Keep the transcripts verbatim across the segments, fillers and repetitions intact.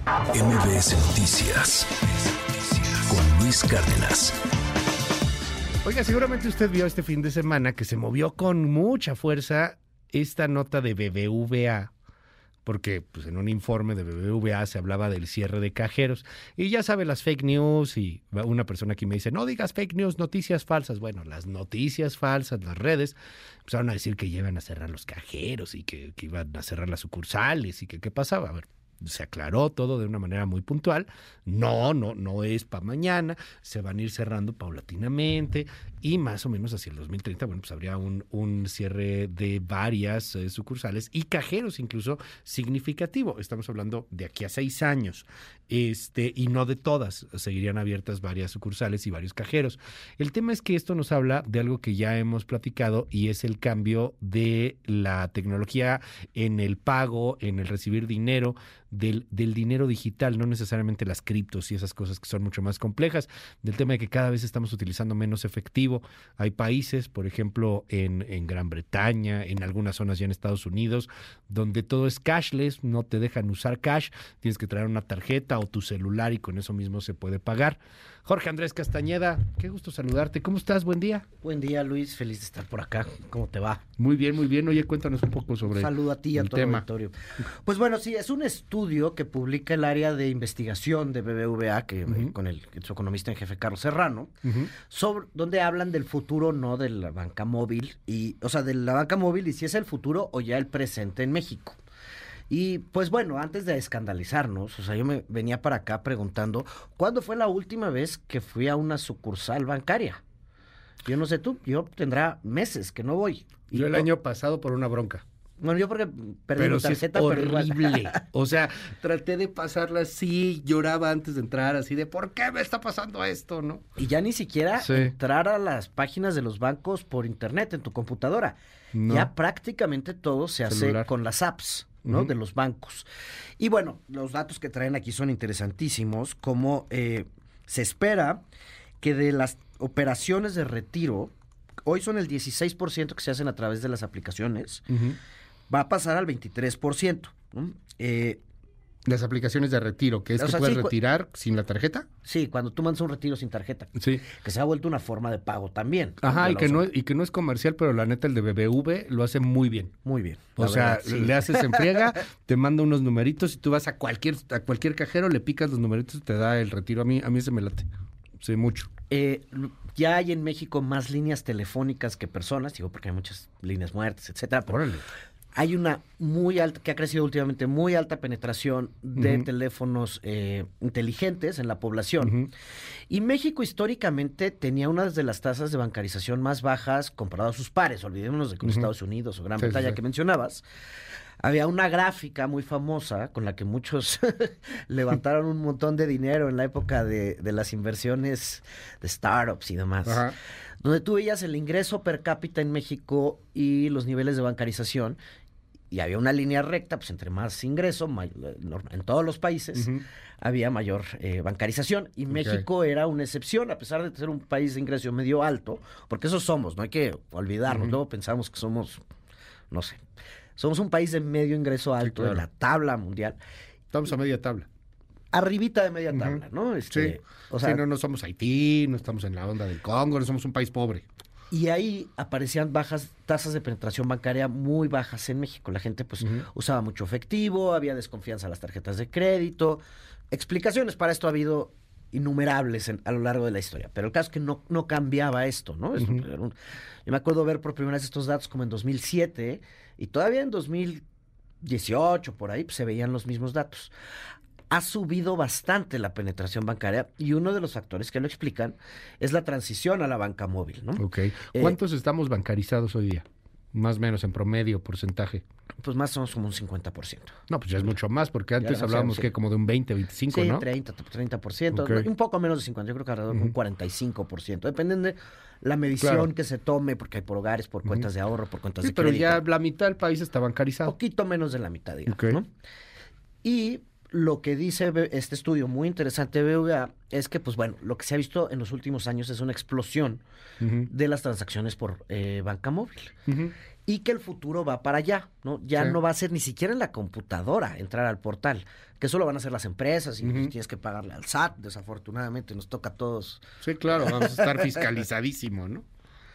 M B S Noticias con Luis Cárdenas. Oiga, seguramente usted vio este fin de semana que se movió con mucha fuerza esta nota de B B V A, porque pues, en un informe de B B V A se hablaba del cierre de cajeros. Y ya sabe, las fake news, y una persona aquí me dice, no digas fake news, noticias falsas. Bueno, las noticias falsas, las redes, empezaron a decir que ya iban a cerrar los cajeros y que, que iban a cerrar las sucursales y que qué pasaba. A ver, se aclaró todo de una manera muy puntual. No, no, no es para mañana. Se van a ir cerrando paulatinamente y más o menos hacia el dos mil treinta, bueno, pues habría un, un cierre de varias eh, sucursales y cajeros incluso significativo. Estamos hablando de aquí a seis años. Este, y no de todas. Seguirían abiertas varias sucursales y varios cajeros. El tema es que esto nos habla de algo que ya hemos platicado y es el cambio de la tecnología en el pago, en el recibir dinero, del, del dinero digital, no necesariamente las criptos y esas cosas que son mucho más complejas, del tema de que cada vez estamos utilizando menos efectivo. Hay países, por ejemplo, en, en Gran Bretaña, en algunas zonas ya en Estados Unidos, donde todo es cashless, no te dejan usar cash, tienes que traer una tarjeta o tu celular y con eso mismo se puede pagar. Jorge Andrés Castañeda, qué gusto saludarte. ¿Cómo estás? Buen día. Buen día, Luis. Feliz de estar por acá. ¿Cómo te va? Muy bien, muy bien. Oye, cuéntanos un poco sobre Saludo a ti y a el todo el tema. auditorio. Pues bueno, sí, es un estudio que publica el área de investigación de B B V A, que, Uh-huh. con el su economista en jefe Carlos Serrano, Uh-huh. sobre donde hablan del futuro, no de la banca móvil, y, o sea, de la banca móvil y si es el futuro o ya el presente en México. Y pues bueno, antes de escandalizarnos, o sea, yo me venía para acá preguntando, ¿cuándo fue la última vez que fui a una sucursal bancaria? Yo no sé tú, yo tendrá meses que no voy. Y Yo el to- año pasado por una bronca. Bueno, yo porque perdí Pero mi sí es tarjeta, pero igual. horrible. O sea, traté de pasarla así, lloraba antes de entrar, así de ¿por qué me está pasando esto? ¿No? Y ya ni siquiera Sí. entrar a las páginas de los bancos por internet en tu computadora. No. Ya prácticamente todo se hace Celular. con las apps, ¿no? Ujú. De los bancos. Y bueno, los datos que traen aquí son interesantísimos, como eh, se espera que de las operaciones de retiro, hoy son el dieciséis por ciento que se hacen a través de las aplicaciones, Ujú. va a pasar al veintitrés por ciento, ¿no? Eh, Las aplicaciones de retiro, que es O que sea, puedes sí, cu- retirar sin la tarjeta. sí, cuando tú mandas un retiro sin tarjeta, Sí. que se ha vuelto una forma de pago también. Ajá, De y la que, uso- no, es- y que no es comercial, pero la neta el de B B V lo hace muy bien. Muy bien. O la sea, verdad, sí. le haces en friega, te manda unos numeritos y tú vas a cualquier a cualquier cajero, le picas los numeritos y te da el retiro. A mí a mí se me late. Sí, mucho. Eh, ya hay en México más líneas telefónicas que personas, digo porque hay muchas líneas muertas, etcétera, pero Órale. hay una muy alta, que ha crecido últimamente, muy alta penetración de Ujú. teléfonos eh, inteligentes en la población. Ujú. Y México históricamente tenía una de las tasas de bancarización más bajas comparado a sus pares. Olvidémonos de que los Ujú. Estados Unidos o Gran Sí, sí, Bretaña sí. que mencionabas. Había una gráfica muy famosa con la que muchos levantaron un montón de dinero en la época de, de las inversiones de startups y demás. Ajá. Donde tú veías el ingreso per cápita en México y los niveles de bancarización. Y había una línea recta, pues entre más ingreso, may- norma- en todos los países Ujú. había mayor eh, bancarización. Y México era una excepción, a pesar de ser un país de ingreso medio alto, porque eso somos, no hay que olvidarnos. Ujú. Luego pensamos que somos, no sé, somos un país de medio ingreso alto claro. en la tabla mundial. Estamos a media tabla. Arribita de media Ujú. tabla, ¿no? Este, Sí. O sea, Sí, no, no somos Haití, no estamos en la onda del Congo, no somos un país pobre. y ahí aparecían bajas tasas de penetración bancaria muy bajas en México. La gente pues Ujú. usaba mucho efectivo, había desconfianza a las tarjetas de crédito. Explicaciones para esto ha habido innumerables en- a lo largo de la historia. Pero el caso es que no, no cambiaba esto, ¿no? Es- Ujú. era un- yo me acuerdo ver por primera vez estos datos como en dos mil siete y todavía en dos mil dieciocho por ahí pues, se veían los mismos datos. Ha subido bastante la penetración bancaria y uno de los factores que lo explican es la transición a la banca móvil, ¿no? Ok. ¿Cuántos estamos bancarizados hoy día? Más o menos en promedio, porcentaje. Pues más o menos como un cincuenta por ciento. No, pues ya es mucho más, porque antes demasiado, hablábamos sí. que como de un veinte, veinticinco, Sí, ¿no? treinta, treinta por ciento, Ok. un poco menos de cincuenta, yo creo que alrededor de un Ujú. cuarenta y cinco por ciento. Dependen de la medición Claro. que se tome, porque hay por hogares, por Ujú. cuentas de ahorro, por cuentas Sí, de pero crédito. ya la mitad del país está bancarizado. Poquito menos de la mitad, digamos, Ok. ¿no? Y lo que dice B- este estudio muy interesante de B B V A es que, pues bueno, lo que se ha visto en los últimos años es una explosión Ujú, de las transacciones por eh, banca móvil. ujú. y que el futuro va para allá, ¿no? Ya Sí. no va a ser ni siquiera en la computadora entrar al portal, que eso lo van a hacer las empresas y Ujú. pues, tienes que pagarle al S A T, desafortunadamente nos toca a todos. Sí, claro, vamos a estar fiscalizadísimo, ¿no?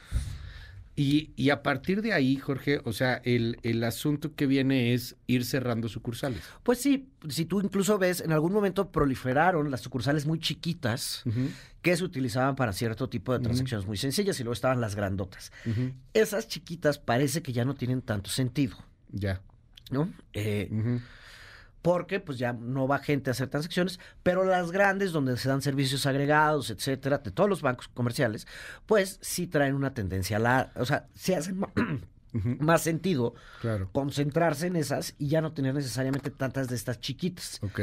Y, y a partir de ahí, Jorge, o sea, el, el asunto que viene es ir cerrando sucursales. Pues sí, si tú incluso ves, en algún momento proliferaron las sucursales muy chiquitas Ujú, que se utilizaban para cierto tipo de Ujú. transacciones muy sencillas y luego estaban las grandotas. ujú, Esas chiquitas parece que ya no tienen tanto sentido, Ya. ¿no? Eh, ujú, porque pues ya no va gente a hacer transacciones, pero las grandes donde se dan servicios agregados, etcétera, de todos los bancos comerciales, pues sí traen una tendencia a la, o sea, se hace ma- ujú, más sentido Claro. concentrarse en esas y ya no tener necesariamente tantas de estas chiquitas. Ok.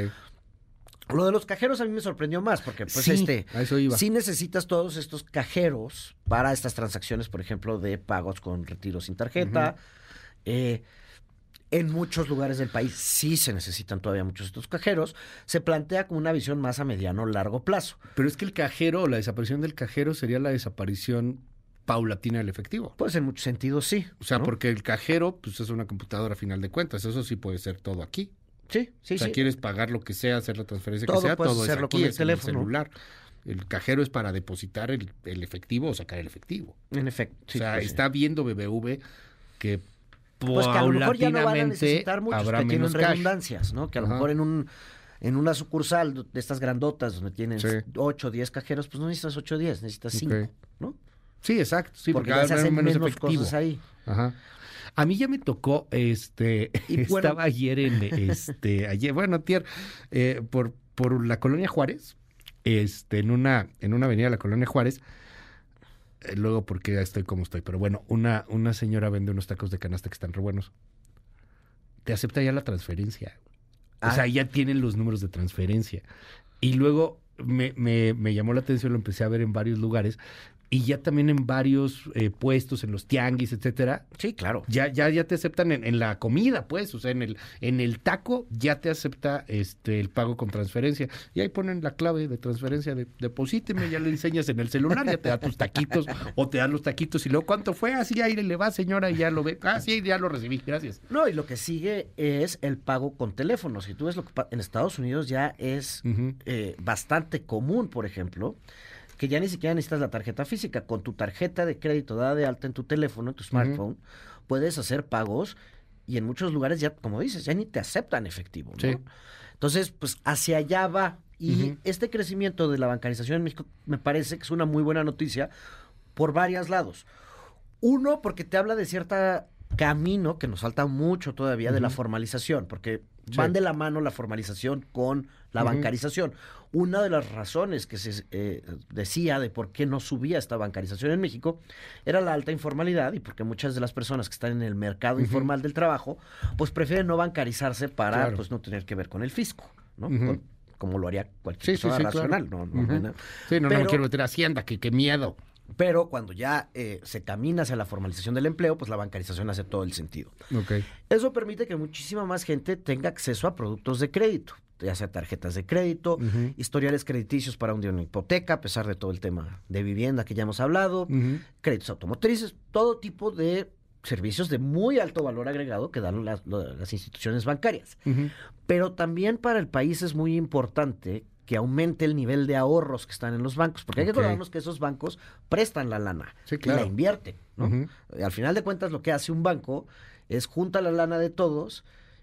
Lo de los cajeros a mí me sorprendió más porque pues Sí, este a eso iba. sí necesitas todos estos cajeros para estas transacciones, por ejemplo, de pagos con retiro sin tarjeta. Eh, en muchos lugares del país sí se necesitan todavía muchos de estos cajeros. Se plantea como una visión más a mediano o largo plazo. Pero es que el cajero, la desaparición del cajero sería la desaparición paulatina del efectivo. Pues en muchos sentidos sí. O sea, ¿no? porque el cajero, pues es una computadora a final de cuentas. Eso sí puede ser todo aquí. Sí, sí, o sea, sí. quieres pagar lo que sea, hacer la transferencia Todo que sea, puedes todo es hacerlo aquí, con el es en teléfono. celular. El cajero es para depositar el, el efectivo o sacar el efectivo. En efecto. sí, o sea, pues sí. está viendo B B V que Pues que a lo mejor ya no van a paulatinamente necesitar muchos, habrá que tienen menos cash. redundancias, ¿no? Que a lo Ajá. mejor en un en una sucursal de estas grandotas donde tienen Sí. ocho o diez cajeros, pues no necesitas ocho o diez, necesitas cinco, Ok. ¿no? Sí, exacto. Sí, porque porque, ya se habrá hacen menos menos efectivo. cosas ahí. Ajá. A mí ya me tocó, este, Y bueno- estaba ayer en, este, ayer, bueno, tier, eh, por, por la Colonia Juárez, este, en una, en una avenida de la Colonia Juárez, eh, luego porque ya estoy como estoy, pero bueno, una, una señora vende unos tacos de canasta que están re buenos. Te acepta ya la transferencia. O Ah. sea, ya tienen los números de transferencia. Y luego me, me, me llamó la atención, lo empecé a ver en varios lugares, y ya también en varios eh, puestos, en los tianguis, etcétera, Sí, claro. ya, ya, ya te aceptan en, en la comida, pues, o sea, en el, en el taco ya te acepta este el pago con transferencia. Y ahí ponen la clave de transferencia de deposíteme, ya le enseñas en el celular, ya te da tus taquitos, o te dan los taquitos, y luego, ¿cuánto fue? Así ahí le va, señora, y ya lo ve. Ah, sí, ya lo recibí, gracias. No, y lo que sigue es el pago con teléfono. Si tú ves lo que pa- en Estados Unidos ya es Ujú. eh, bastante común, por ejemplo, que ya ni siquiera necesitas la tarjeta física. Con tu tarjeta de crédito dada de alta en tu teléfono, en tu smartphone, puedes hacer pagos y en muchos lugares ya, como dices, ya ni te aceptan efectivo, ¿no? Sí. Entonces, pues hacia allá va. Y Ujú. este crecimiento de la bancarización en México me parece que es una muy buena noticia por varios lados. Uno, porque te habla de cierta camino que nos falta mucho todavía de la Ujú. formalización, porque Sí. van de la mano la formalización con la Ujú. bancarización. Una de las razones que se eh, decía de por qué no subía esta bancarización en México era la alta informalidad y porque muchas de las personas que están en el mercado Ujú. informal del trabajo, pues prefieren no bancarizarse para Claro. pues no tener que ver con el fisco, ¿no? Ujú. Con- como lo haría cualquier Sí, sí, persona sí, racional, claro. no, no, Ujú. no, no. Sí, no, no Pero- me quiero meter a Hacienda, que qué miedo. Pero cuando ya eh, se camina hacia la formalización del empleo, pues la bancarización hace todo el sentido. Ok. Eso permite que muchísima más gente tenga acceso a productos de crédito, ya sea tarjetas de crédito, Ujú. historiales crediticios para un día una hipoteca, a pesar de todo el tema de vivienda que ya hemos hablado, Ujú. créditos automotrices, todo tipo de servicios de muy alto valor agregado que dan las, lo- las instituciones bancarias. Ujú. Pero también para el país es muy importante que aumente el nivel de ahorros que están en los bancos, porque hay que Ok. acordarnos que esos bancos prestan la lana Sí, y claro. la invierten, ¿no? Ujú. Eh, Al final de cuentas lo que hace un banco es junta la lana de todos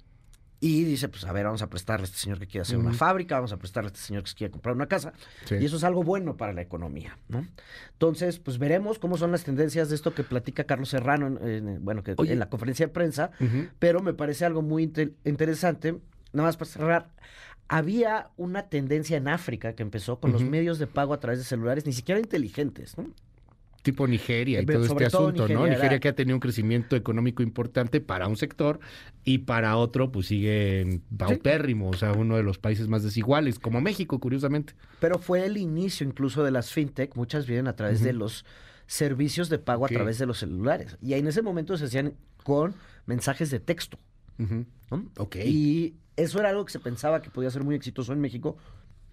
y dice, pues a ver, vamos a prestarle a este señor que quiere hacer una Ujú. fábrica, vamos a prestarle a este señor que quiere comprar una casa, Sí. y eso es algo bueno para la economía, ¿no? Entonces, pues veremos cómo son las tendencias de esto que platica Carlos Serrano, en, en- bueno, que Oye. en la conferencia de prensa, Ujú. pero me parece algo muy inte- interesante. Nada más para cerrar, había una tendencia en África que empezó con los Ujú. medios de pago a través de celulares, ni siquiera inteligentes, ¿no? Tipo Nigeria y Pero todo sobre este todo asunto, ¿no? Nigeria Nigeria era- que ha tenido un crecimiento económico importante para un sector y para otro, pues sigue en paupérrimo, o sea, uno de los países más desiguales, como México, curiosamente. Pero fue el inicio incluso de las fintech, muchas vienen a través Ujú. de los servicios de pago Ok. a través de los celulares. Y ahí en ese momento se hacían con mensajes de texto, Ujú. ¿no? Ok. Y eso era algo que se pensaba que podía ser muy exitoso en México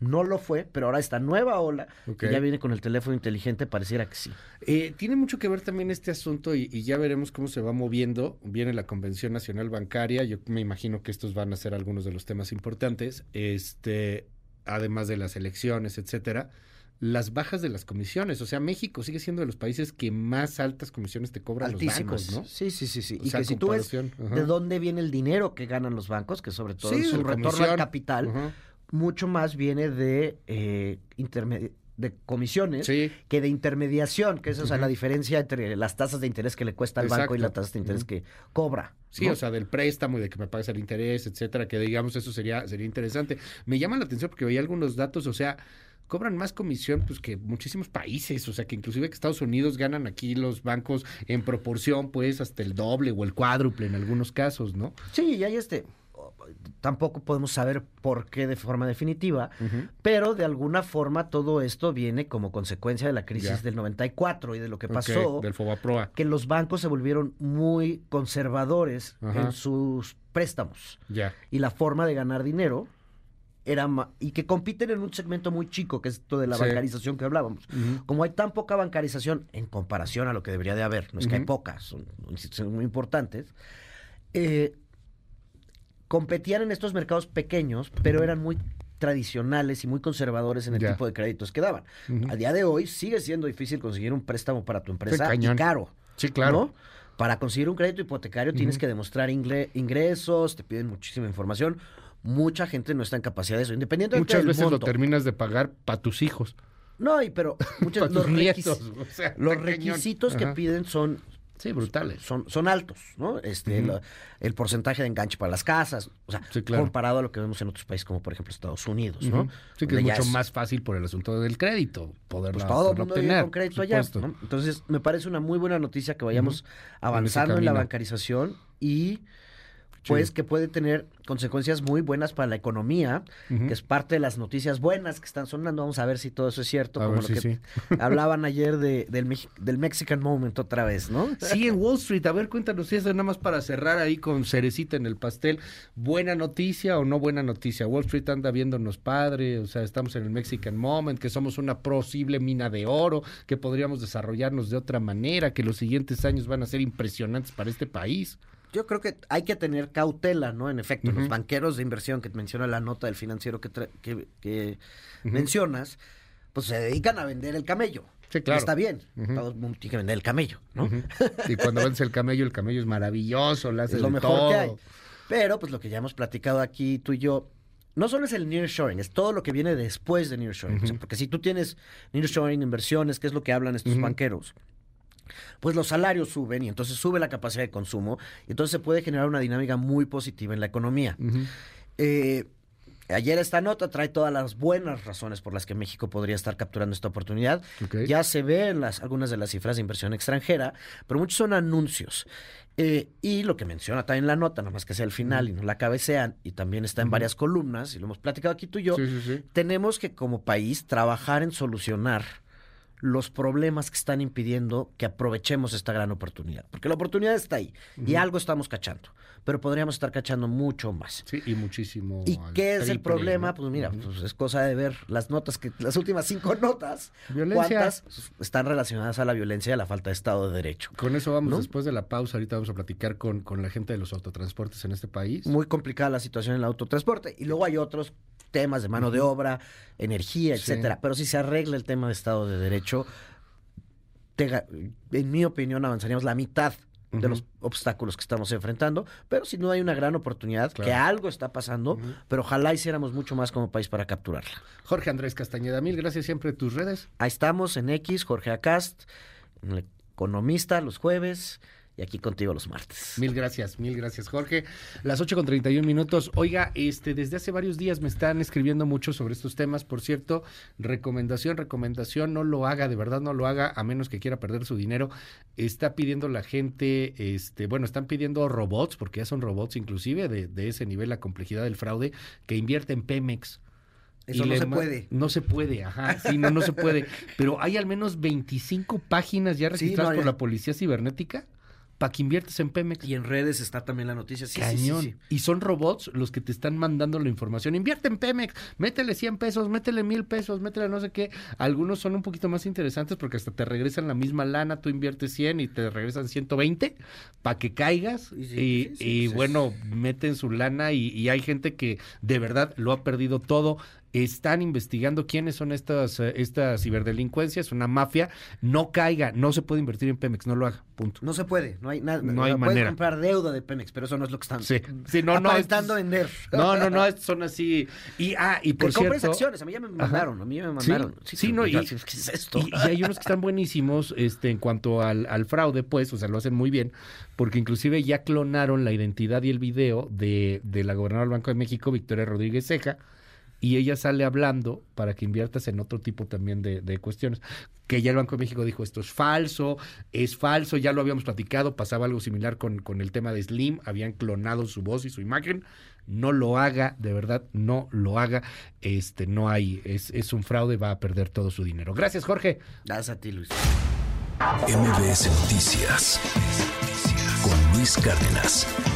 No lo fue, pero ahora esta nueva ola, Ok. que ya viene con el teléfono inteligente, pareciera que sí. Eh, tiene mucho que ver también este asunto y, y ya veremos cómo se va moviendo. Viene la Convención Nacional Bancaria, yo me imagino que estos van a ser algunos de los temas importantes, este, además de las elecciones, etcétera. Las bajas de las comisiones, o sea, México sigue siendo de los países que más altas comisiones te cobran Altísimas. los bancos, ¿no? Sí, sí, sí, sí. O Y sea, que si tú ves comparación, ajá. de dónde viene el dinero que ganan los bancos, que sobre todo Sí, es su de retorno comisión. al capital, Ajá. mucho más viene de eh, intermedi- de comisiones Sí. que de intermediación, que es o sea, Ujú. la diferencia entre las tasas de interés que le cuesta al banco y Exacto. las tasas de interés Ujú. que cobra. Sí, ¿no? o sea, del préstamo y de que me pagues el interés, etcétera, que digamos eso sería sería interesante. Me llama la atención porque veía algunos datos, o sea, cobran más comisión pues que muchísimos países, o sea, que inclusive que Estados Unidos ganan aquí los bancos en proporción pues hasta el doble o el cuádruple en algunos casos, ¿no? Sí, y hay este. Tampoco podemos saber por qué de forma definitiva, Ujú. pero de alguna forma todo esto viene como consecuencia de la crisis Ya. del noventa y cuatro y de lo que Ok, pasó, del Fobaproa. que los bancos se volvieron muy conservadores Ajá. en sus préstamos Ya. y la forma de ganar dinero era ma- y que compiten en un segmento muy chico, que es esto de la Sí. bancarización que hablábamos. Ujú. Como hay tan poca bancarización en comparación a lo que debería de haber, no es que hay Ujú. pocas, son, son muy importantes, eh, competían en estos mercados pequeños, pero eran muy tradicionales y muy conservadores en el Ya. tipo de créditos que daban. Ujú. A día de hoy sigue siendo difícil conseguir un préstamo para tu empresa y cañón. caro. Sí, claro. ¿no? Para conseguir un crédito hipotecario tienes Ujú. que demostrar ingle- ingresos, te piden muchísima información. Mucha gente no está en capacidad de eso, independientemente Muchas del veces monto. lo terminas de pagar para tus hijos, No, y pero muchas, para los, tus requis- nietos. O sea, los está cañón. requisitos que Ajá. piden son, Sí, brutales. son, son altos, ¿no? Este, Ujú. la- el porcentaje de enganche para las casas, o sea, Sí, claro. comparado a lo que vemos en otros países como por ejemplo Estados Unidos, ¿no? Ujú. Sí, que Donde es ya mucho más fácil por el asunto del crédito, poderla, Pues todo el poderla mundo vive obtener. con crédito por allá, supuesto. ¿no? Entonces, me parece una muy buena noticia que vayamos avanzando en la camino. bancarización y pues Sí. que puede tener consecuencias muy buenas para la economía, Ujú. que es parte de las noticias buenas que están sonando. Vamos a ver si todo eso es cierto, A como ver lo si que sí. hablaban ayer de, del, Mex- del Mexican Moment otra vez, ¿no? Sí, en Wall Street. A ver, cuéntanos, eso nada más para cerrar ahí con cerecita en el pastel. ¿Buena noticia o no buena noticia? Wall Street anda viéndonos padre, o sea, estamos en el Mexican Moment, que somos una posible mina de oro, que podríamos desarrollarnos de otra manera, que los siguientes años van a ser impresionantes para este país. Yo creo que hay que tener cautela, ¿no? En efecto, Ujú. los banqueros de inversión que menciona la nota del financiero que, tra- que, que Ujú. mencionas, pues se dedican a vender el camello. Sí, Y claro. está bien, Ujú. todo el mundo tiene que vender el camello, ¿no? Ujú. Y cuando vendes el camello, el camello es maravilloso, le haces Es lo de mejor todo. que hay. Pero, pues lo que ya hemos platicado aquí tú y yo, no solo es el nearshoring, es todo lo que viene después de nearshoring. Ujú. O sea, porque si tú tienes nearshoring, inversiones, que es lo que hablan estos Ujú. banqueros, pues los salarios suben y entonces sube la capacidad de consumo y entonces se puede generar una dinámica muy positiva en la economía. Ujú. Eh, ayer esta nota trae todas las buenas razones por las que México podría estar capturando esta oportunidad. Ok. Ya se ven las, algunas de las cifras de inversión extranjera, pero muchos son anuncios. Eh, y lo que menciona también la nota, nada más que sea el final y no la cabecean, y también está en Ujú. varias columnas, y lo hemos platicado aquí tú y yo, Sí, sí, sí. tenemos que como país trabajar en solucionar los problemas que están impidiendo que aprovechemos esta gran oportunidad. Porque la oportunidad está ahí y algo estamos cachando, pero podríamos estar cachando mucho más. Sí, y muchísimo. ¿Y al qué es el triple, problema? ¿no? Pues mira, Ujú. pues es cosa de ver las notas, que las últimas cinco notas, Violencia. cuántas están relacionadas a la violencia y a la falta de Estado de Derecho. Con eso vamos ¿No? después de la pausa. Ahorita vamos a platicar con, con la gente de los autotransportes en este país. Muy complicada la situación en el autotransporte. Y luego hay otros temas de mano de obra, energía, Sí. etcétera. Pero si se arregla el tema de Estado de Derecho, te ga- en mi opinión, avanzaríamos la mitad de Ujú. los obstáculos que estamos enfrentando. Pero sin duda hay una gran oportunidad, Claro. que algo está pasando, Ujú. pero ojalá hiciéramos mucho más como país para capturarla. Jorge Andrés Castañeda, mil gracias siempre en tus redes. Ahí estamos en X, Jorge Acast, en El Economista los jueves y aquí contigo los martes. Mil gracias, mil gracias, Jorge. Las ocho con treinta y un minutos. Oiga, este, desde hace varios días me están escribiendo mucho sobre estos temas. Por cierto, recomendación, recomendación, no lo haga, de verdad no lo haga, a menos que quiera perder su dinero. Está pidiendo la gente, este, bueno, están pidiendo robots, porque ya son robots inclusive, de, de ese nivel, la complejidad del fraude, que invierte en Pemex. Eso Y no le se ma- puede. No se puede, ajá, sí, no, no se puede. Pero hay al menos veinticinco páginas ya Sí, registradas no, por ya. la Policía Cibernética para que inviertas en Pemex. Y en redes está también la noticia. Sí, Cañón. Sí, sí, sí. Y son robots los que te están mandando la información. Invierte en Pemex, métele cien pesos, métele mil pesos, métele no sé qué. Algunos son un poquito más interesantes porque hasta te regresan la misma lana, tú inviertes cien y te regresan ciento veinte para que caigas. Sí, sí, y sí, sí, y pues bueno, meten su lana y, y hay gente que de verdad lo ha perdido todo. Están investigando quiénes son estas, eh, estas ciberdelincuencias, una mafia. No caiga, no se puede invertir en Pemex, no lo haga, punto. No se puede, no hay nada. No hay puedes manera. comprar deuda de Pemex, pero eso no es lo que están Sí, sí, no, no. aparentando estos- vender. No, no, no, estos son así. Y, ah, y por Que compres cierto... acciones, a mí ya me mandaron, a mí ya me mandaron. Sí, sí, no, y- ¿qué es esto? Y, y hay unos que están buenísimos este, en cuanto al, al fraude, pues, o sea, lo hacen muy bien, porque inclusive ya clonaron la identidad y el video de, de la gobernadora del Banco de México, Victoria Rodríguez Ceja, y ella sale hablando para que inviertas en otro tipo también de, de cuestiones. Que ya el Banco de México dijo, esto es falso, es falso, ya lo habíamos platicado, pasaba algo similar con, con el tema de Slim, habían clonado su voz y su imagen. No lo haga, de verdad, no lo haga. Este, no hay, es, es un fraude, va a perder todo su dinero. Gracias, Jorge. Gracias a ti, Luis. M B S Noticias con Luis Cárdenas.